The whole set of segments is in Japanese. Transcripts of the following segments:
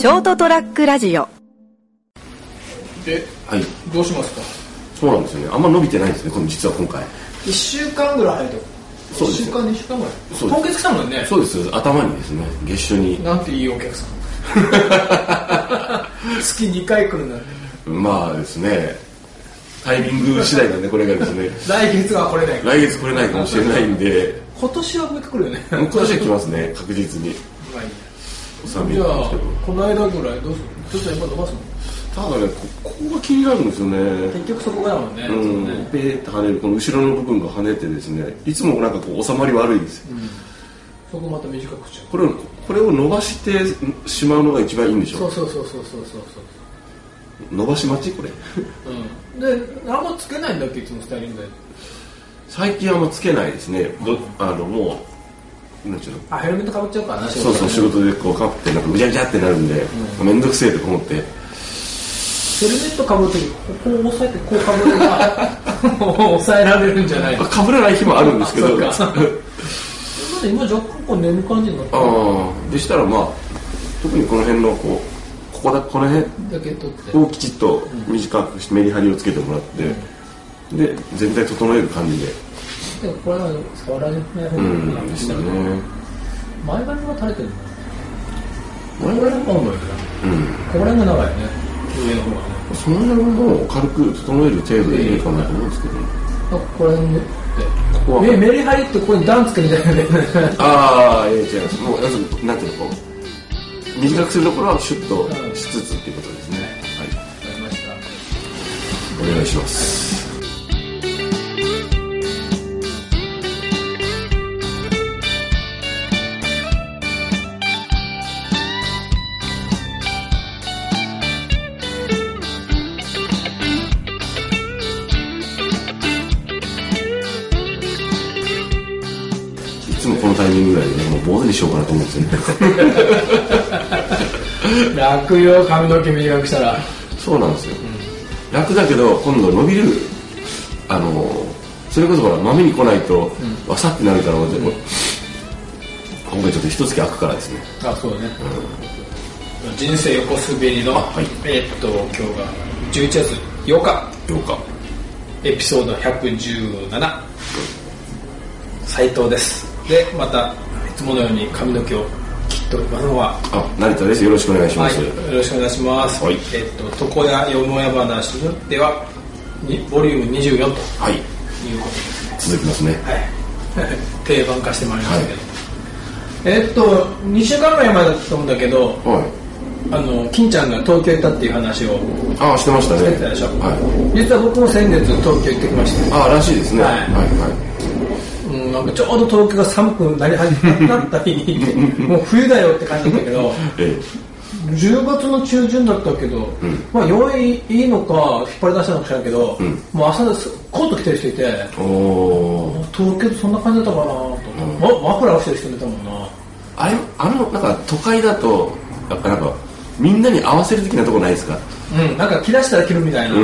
ショートトラックラジオで、 はい、 どうしますか。 そうなんですよね。あんま伸びてないんですね。実は今回 1週間ぐらい早いと。 そうです。 1週間2週間ぐらい。 そうです。 今月来たもんね。 そうです。頭にですね、月初に。 なんていいお客さん。月2回来るなんて。 まあですね、タイミング次第なんでこれがですね。 来月は来れない。 来月来れないかもしれないんで。 今年はもう一回来るよね。 今年は来ますね、確実に。 まあいいや。 収めじゃあるんですけど。 この間ぐらいどうする？ちょっとやっぱ伸ばすの？ ただね、ここが気になるんですよね。 結局そこがだもんね。 ペーって跳ねる、この後ろの部分が跳ねてですね、いつもなんかこう収まり悪いんですよ。 そこまた短くしちゃう。 これを伸ばしてしまうのが一番いいんでしょう。 そう。 伸ばし待ちこれ。 で、あんまつけないんだっけ、いつもスタイリングで。 最近はあんまつけないですね。もうなんちゅうの。 ヘルメットかぶっちゃうからな。 そう仕事でこうかぶってなんかぐちゃぐちゃってなるんで、めんどくせえと思って。 ヘルメットかぶるとき、ここを押さえてこうかぶれば抑えられるんじゃないの？ かぶれない日もあるんですけど。 今若干こう寝る感じになってる。 でしたらまあ特にこの辺のこの辺だけ取ってをきちっと短くしてメリハリをつけてもらって、で全体整える感じで。 でもこれは触られない方がいいですよね。 前髪が垂れてるんだ。前髪の方がいいな。ここら辺が長いね。上の方がね。 その辺も軽く整える程度でいいかなと思うんですけど。 ここら辺で。ここはメリハリってここに段つけみたいなね。 違います。もうなんていうのこう短くするところはシュッとしつつっていうことですね。はい。わかりました。お願いします。いつもこのタイミングぐらいでもう坊主にしようかなと思うんですよね。 楽よ、髪の毛短くしたら。 そうなんですよ。楽だけど今度伸びるそれこそほらまめに来ないとわさってなるから今回ちょっと一月空くからですね。 そうだね。人生横滑りの今日が11月8日エピソード117斉藤です。でまたいつものように髪の毛を切っておりますのは成田です。よろしくお願いします。 よろしくお願いします。床屋よもや話ではボリューム24ということで続きますね。 定番化してまいりましたけど、2週間ぐらい前だったと思うんだけど、金ちゃんが東京行ったっていう話をしてましたね。 してたでしょ。実は僕も先月東京行ってきました。 らしいですね。 なんかちょうど東京が寒くなり始めた日にもう冬だよって感じだったけど、10月の中旬だったけど、用意いいのか引っ張り出したのか知らんけど、もう朝コート着てる人いて、東京ってそんな感じだったかなと、マフラーしてる人いたもんな。 なんか都会だとやっぱなんかみんなに合わせる的なとこないですか？ なんか着出したら着るみたいな。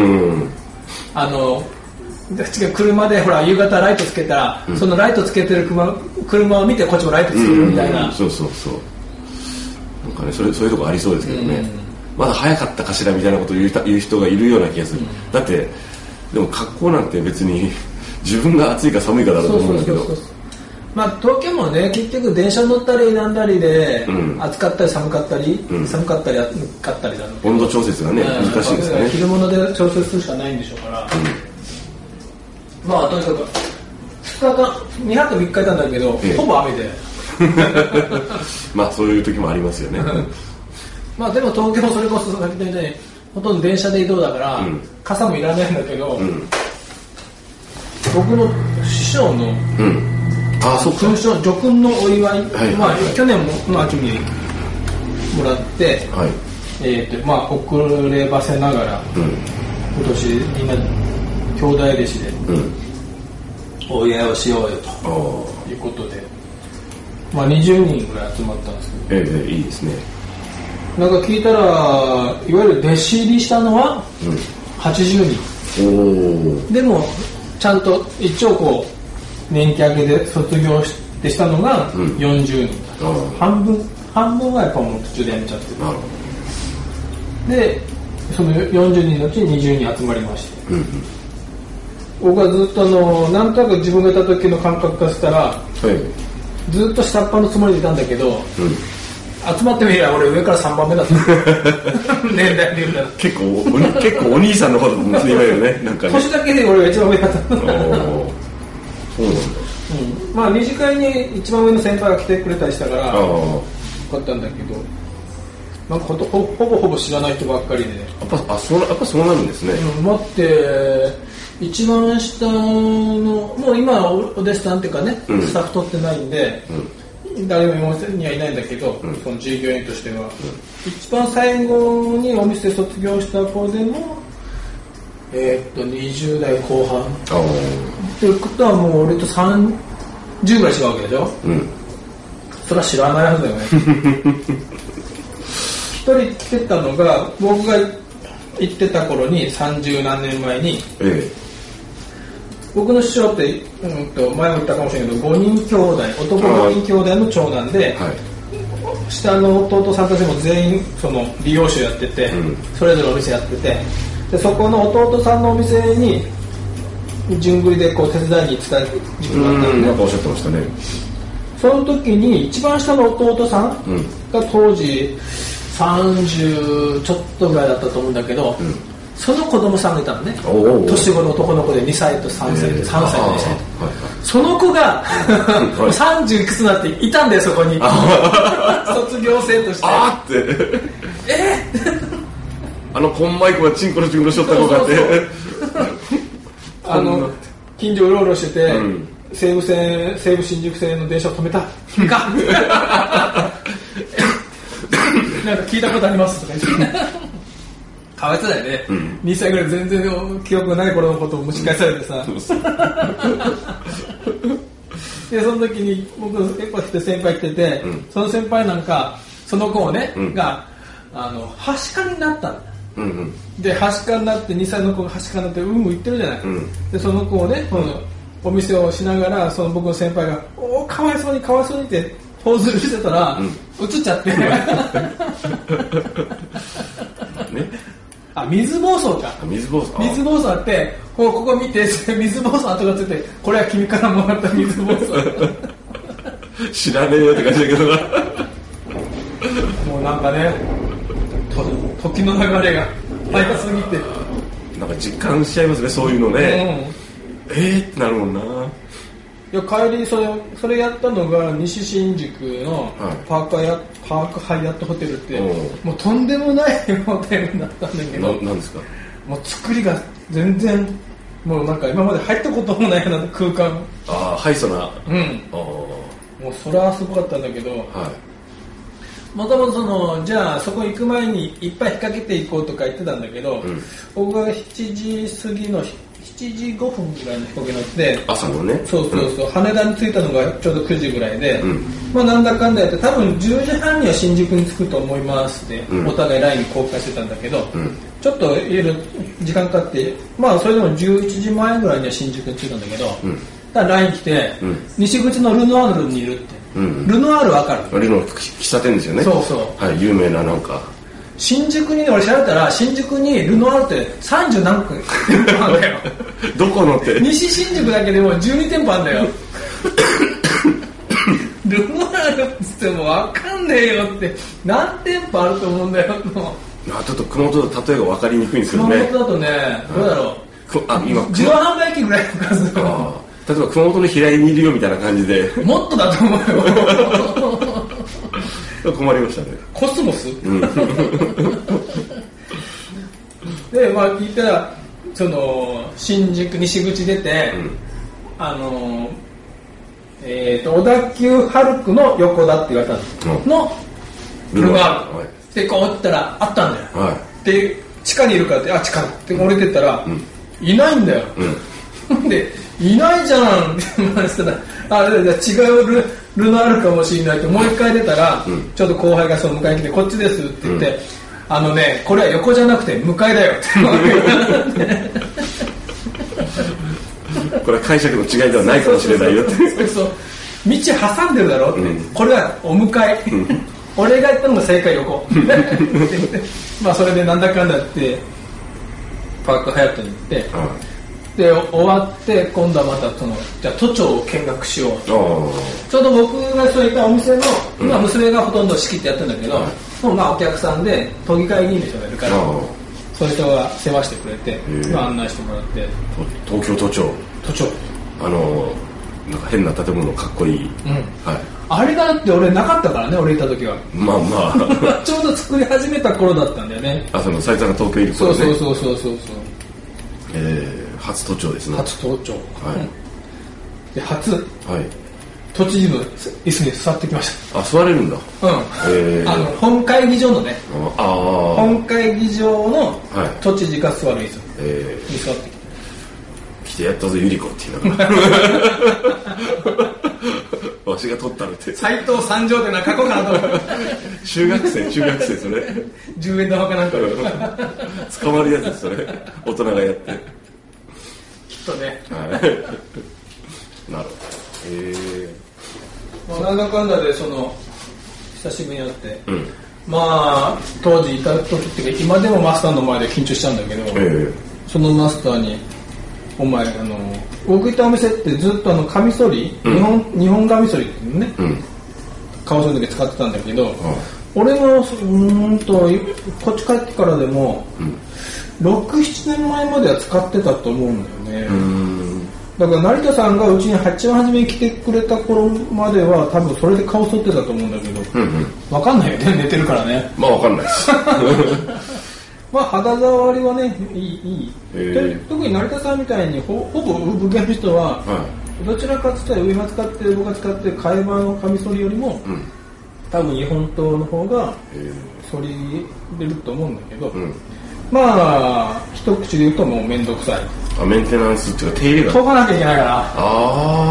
車でほら夕方ライトつけたら、そのライトつけてる車を見てこっちもライトつけるみたいな。 そうなんかねそういうとこありそうですけどね。まだ早かったかしらみたいなことを言う人がいるような気がする。だってでも格好なんて別に自分が暑いか寒いかだろうと思うんだけど。 東京もね結局電車乗ったりなんだりで、暑かったり寒かったり、寒かったり暑かったりだの。 温度調節がね難しいですかね。 着るもので調節するしかないんでしょうから。とにかく2泊3日いたんだけど、ほぼ雨でそういう時もありますよね。 でも東京それこそさっき言ったようにほとんど電車で移動だから、傘もいらないんだけど、僕の師匠の叙勲のお祝い、去年の秋にもらって、遅ればせながら、今年みんな兄弟弟子でお祝いをしようよということで、20人ぐらい集まったんですけど、 いいですね。 なんか聞いたらいわゆる弟子入りしたのは80人、でもちゃんと一応こう年季明けで卒業したのが40人、半分はやっぱもう途中でやめちゃってる。 でその40人のうちに20人集まりまして、僕はずっとなんとなく自分がいた時の感覚からしたら、ずっと下っ端のつもりでいたんだけど、集まってみれば俺上から3番目だった年代で言うたら結構お兄さんの方だと思うんですね、いわゆるね、なんかね、 年だけで俺が一番上だったそうなんだ。 まあ二次会に一番上の先輩が来てくれたりしたからよかったんだけど、なんかほぼ知らない人ばっかりで、 やっぱそうなるんですね。 待って一番下のもう今はお弟子さんっていうかね、スタッフ取ってないんで、誰もにはいないんだけど、その従業員としては、一番最後にお店卒業した子でも20代後半っていうことはもう俺と30ぐらい違うわけでしょ、それは知らないはずだよね一人来てたのが僕が行ってた頃に30何年前に、僕の師匠って、前も言ったかもしれないけど5人兄弟、男5人兄弟の長男で、下の弟さんたちも全員その美容師をやってて、それぞれお店やってて、でそこの弟さんのお店に順繰りでこう手伝いに行ってた時期があったんで、 なんかおっしゃってましたね。 その時に一番下の弟さんが当時30ちょっとぐらいだったと思うんだけど、その子供さんがいたのね、年子の男の子で2歳と3歳と2歳その子が30いくつになっていたんだよ、そこに卒業生としてコンマイクがチンコのチンコのしょった子があって近所うろうろしてて、西武新宿線の電車を止めた君かなんか聞いたことありますとか言ってかわいそうだよね、2歳ぐらい全然記憶がない頃のことを蒸し返されてさでその時に僕結構来て先輩来てて、その先輩なんかその子をね、がはしかになったんだ、ではしかになって2歳の子がはしかになって言ってるじゃない、でその子をね、お店をしながらその僕の先輩がかわいそうにってポーズしてたら、映っちゃって水暴走か、水暴走あって、ここ見て水暴走跡がついて、これは君からもらった水暴走知らねえよって感じだけどなもうなんかね、時の流れが早すぎてなんか実感しちゃいますね、そういうのね、ってなるもんな。 いや帰りそれやったのが西新宿のパークハイアットホテルって、もうとんでもないホテルだったんだけど、 なんですか、 もう作りが全然もうなんか今まで入ったこともないような空間、 ハイソな、 もうそれはすごかったんだけど、もともとじゃあそこ行く前にいっぱい引っ掛けていこうとか言ってたんだけど、僕が7時過ぎの7時5分ぐらいの飛行機乗って朝のね、 そう、羽田に着いたのがちょうど9時ぐらいで、なんだかんだやって多分10時半には新宿に着くと思いますって、お互い LINE 交換してたんだけど、ちょっといろいろ時間かかって、それでも11時前ぐらいには新宿に着いたんだけど、ただ LINE 来て、西口のルノアールにいるって、ルノアールわかる？ ルノ喫茶店ですよね。 そう、 有名ななんか新宿に俺調べたら、新宿にルノアールって30何個あるんだよどこのって、 西新宿だけでも12店舗あるんだよルノアールっつっても分かんねえよって、何店舗あると思うんだよちょっと熊本だと例えが分かりにくいんですけどね。 熊本だとね、どうだろう、 今自動販売機ぐらいの数例えば熊本の平井にいるよみたいな感じでもっとだと思うよ困りましたね。 コスモス、で聞いたらその新宿西口出て、小田急ハルクの横だって言われたの、ルノアールでこう行ったらあったんだよ、で地下にいるからって地下って降りてったら、いないんだよ、でいないじゃんって言われてたら、違うルノアールかもしれないってもう一回出たら、ちょっと後輩がその迎えに来てこっちですって言って、これは横じゃなくて向かいだよってこれは解釈の違いではないかもしれないよってそう道挟んでるだろって、これはお迎え俺が言ったのも正解横まあそれでなんだかんだってパークハヤットに行って、で終わって今度はまたじゃあ都庁を見学しよう。ちょうど僕がそういったお店の、今娘がほとんど仕切ってやってるんだけど、もうまあお客さんで都議会議員の人がいるから、そういう人が世話してくれて、案内してもらって。 東京都庁。なんか変な建物かっこいい。はい。 あれがだって俺なかったからね、俺行った時は。 まあまあちょうど作り始めた頃だったんだよね。 斉藤さんが東京いる頃ね。 そう。 初都庁ですね。 初都庁。はい。で都知事の椅子に座ってきました。 座れるんだ。 本会議場のね。本会議場の都知事が座る椅子に座ってきて。 来てやったぞゆり子って言いながらわしが取ったのって斎藤三条ってな過去からと中学生それ 10円玉かなんか捕まるやつですそれ大人がやってきっとね、 なるほど。なんだかんだで久しぶりに会って、まあ当時いた時っていうか今でもマスターの前で緊張しちゃうんだけど、そのマスターにお前僕行ったお店ってずっとカミソリ、日本カミソリっていうね、顔そりだけ使ってたんだけど、俺のこっち帰ってからでも、6,7年前までは使ってたと思うんだよね。だから成田さんがうちに一番初めに来てくれた頃までは多分それで顔剃ってたと思うんだけど、分かんないよね、寝てるからね。 まあ分かんないですまあ肌触りはねいい。特に成田さんみたいにほぼ武家の人は、どちらかというと上が使って僕が使ってる替え刃のカミソリよりも、多分日本刀の方が反りれると思うんだけど、まあ一口で言うともう面倒くさい。 メンテナンスっていうか手入れが研がなきゃいけないから、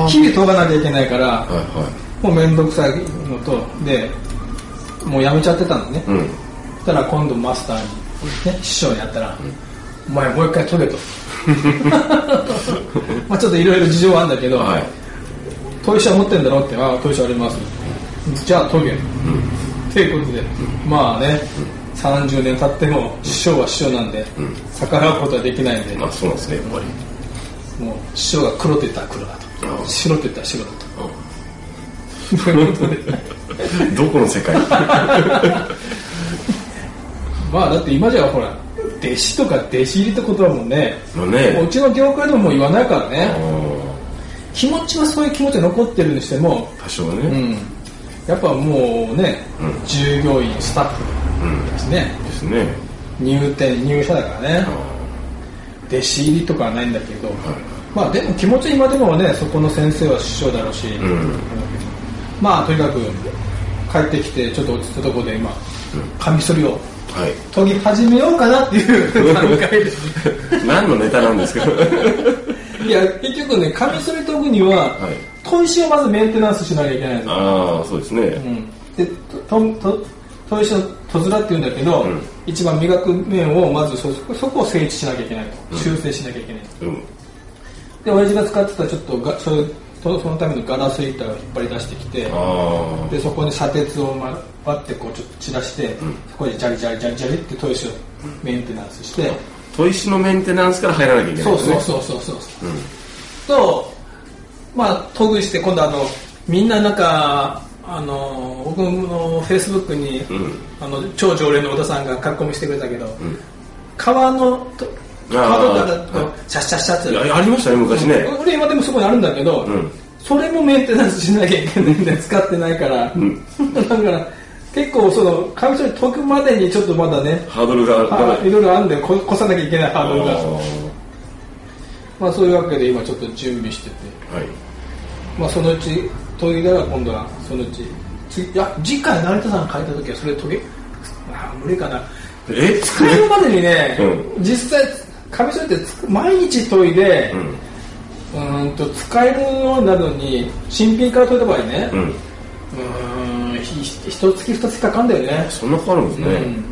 日々研がなきゃいけないから、もう面倒くさいのとでもうやめちゃってたのね。そしたら今度マスターに師匠にやったら、お前もう一回研げとまあちょっといろいろ事情はあるんだけど、砥石は持ってんだろって、砥石あります、じゃあ研げ、っていうことで、まあね、30年経っても師匠は師匠なんで、逆らうことはできないんで、 そうなんですね、やっぱりもう師匠が黒って言ったら黒だと、白って言ったら白だとということでどこの世界まあだって今じゃほら弟子とか弟子入りってことはもうね、うちの業界でももう言わないからね。気持ちはそういう気持ちが残ってるにしても多少はね、 やっぱもうね、従業員スタッフですね、入社だからね、弟子入りとかはないんだけど、まあでも気持ち今でもね、そこの先生は師匠だろうし、まあとにかく帰ってきてちょっと落ち着いたところで今カミソリを研ぎ始めようかなっていう段階です何のネタなんですかいや結局ね、カミソリ研ぐには砥石をまずメンテナンスしなきゃいけないんですよ。 そうですね、 で砥石の戸面っていうんだけど、一番磨く面をまずそこを整地しなきゃいけないと、修正しなきゃいけないと、で親父が使ってたちょっとそのためのガラス板を引っ張り出してきて、でそこに砂鉄をバッてこうちょっと散らして、そこでジャリジャリジャリジャリって砥石をメンテナンスして、 砥石のメンテナンスから入らなきゃいけないですね。 そう、とまあ研ぐして今度みんななんか僕のフェイスブックに、超常連の小田さんが書き込みしてくれたけど、川とからシャッシャッシャッってありましたね昔ね。 俺今でもそこにあるんだけど、それもメンテナンスしなきゃいけないんで使ってないから、だから結構カミソリ研ぐまでにちょっとまだねハードルがいろいろあるんで、越さなきゃいけないハードルが、まあそういうわけで今ちょっと準備してて、まあそのうち研ぎだら今度はそのうち次回成田さんが書いた時はそれ研げ無理かな。使えるまでにね、実際カミソリって毎日研いで、使えるようになるのに新品から研いだ場合ね、一月二月かかんだよね。 そんなかかるんですね、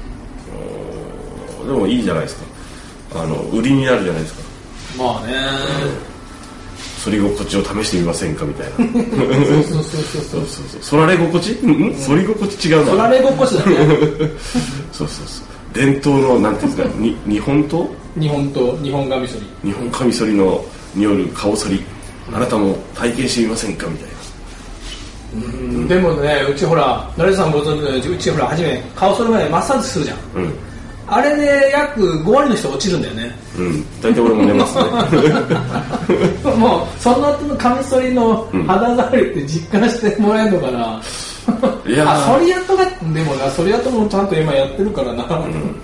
でもいいじゃないですか、売りになるじゃないですか。 まあね、 反り心地を試してみませんかみたいなそう反られ心地、反り心地違うな、 反られ心地だねそう伝統のなんていうんですか、日本カミソリによる顔反り、あなたも体験してみませんかみたいな。 でもね、うちほら成田さんご存知のように、うちほら初め顔反る前にマッサージするじゃん、あれで約5割の人落ちるんだよね。 大体俺も寝ますねもうその後のカミソリの肌触りって実感してもらえるのかないや反り跡が、でもな、反り跡もちゃんと今やってるからな、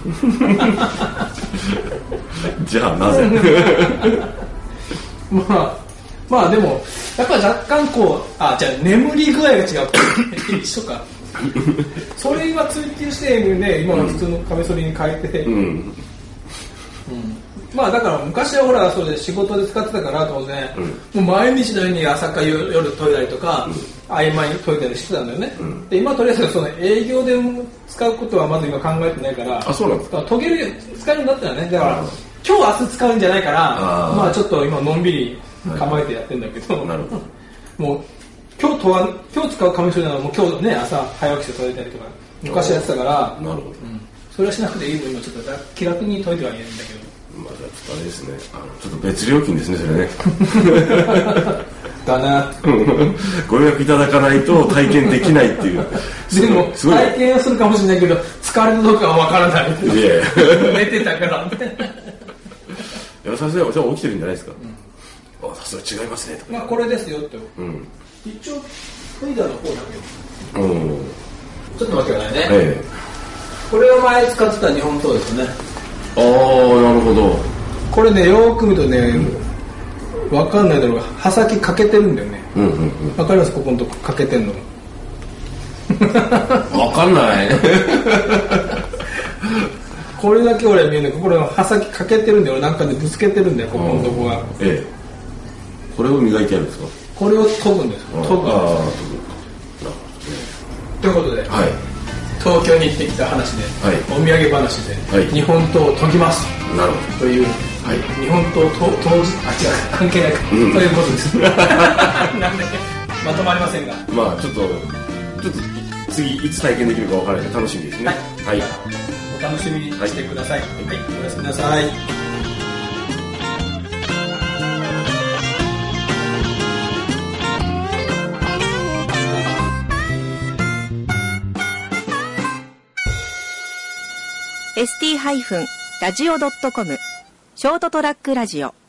じゃあなぜまあでもやっぱ若干こう、じゃあ眠り具合が違う一緒かそれ今追求してね、今の普通のカミソリに変えて、まあだから昔はほらそれで仕事で使ってたから当然、もう毎日のように朝か夜研いだりとか、合間に研いだりしてたんだよね、で今とりあえずその営業で使うことはまず今考えてないから、 そうなんですか、 研げる使えるようになったらね、だから今日明日使うんじゃないから、まあちょっと今のんびり構えてやってんだけど、なるほど、もう今日使うカミソリならもう今日ね、朝早起きして研いだりとか昔やってたから、なるほど、それはしなくていいの、今ちょっと気楽に研いではいるんだけど、 まあじゃあちょっとあれですね、ちょっと別料金ですねそれねだなご予約いただかないと体験できないっていうでも体験はするかもしれないけど疲れるのかは分からない寝てたからいや、さすがに起きてるんじゃないですか、さすが違いますねとか、 これですよって、一応フィーダーの方だけちょっと待ってくださいね、これを前使ってた日本刀ですね。 なるほど。 これね、よーく見るとね、分かんないだろうが刃先欠けてるんだよね、分かります？ここのとこ欠けてんの分かんないこれだけ俺見えない。これ刃先欠けてるんだよ、なんかでぶつけてるんだよ、ここのとこが。 これを磨いてやるんですか？ これを研ぐんです。研ぐ。ということで、東京に行ってきた話で、お土産話で、日本刀を研ぎます。 なるほど。 という、日本刀と違う、関係ないか、ということです。なんだっけ、まとまりませんが。 まあちょっと次いつ体験できるか分からないので楽しみですね。 お楽しみにしてください。おやすみなさい。 ST-radio.com ショートトラックラジオ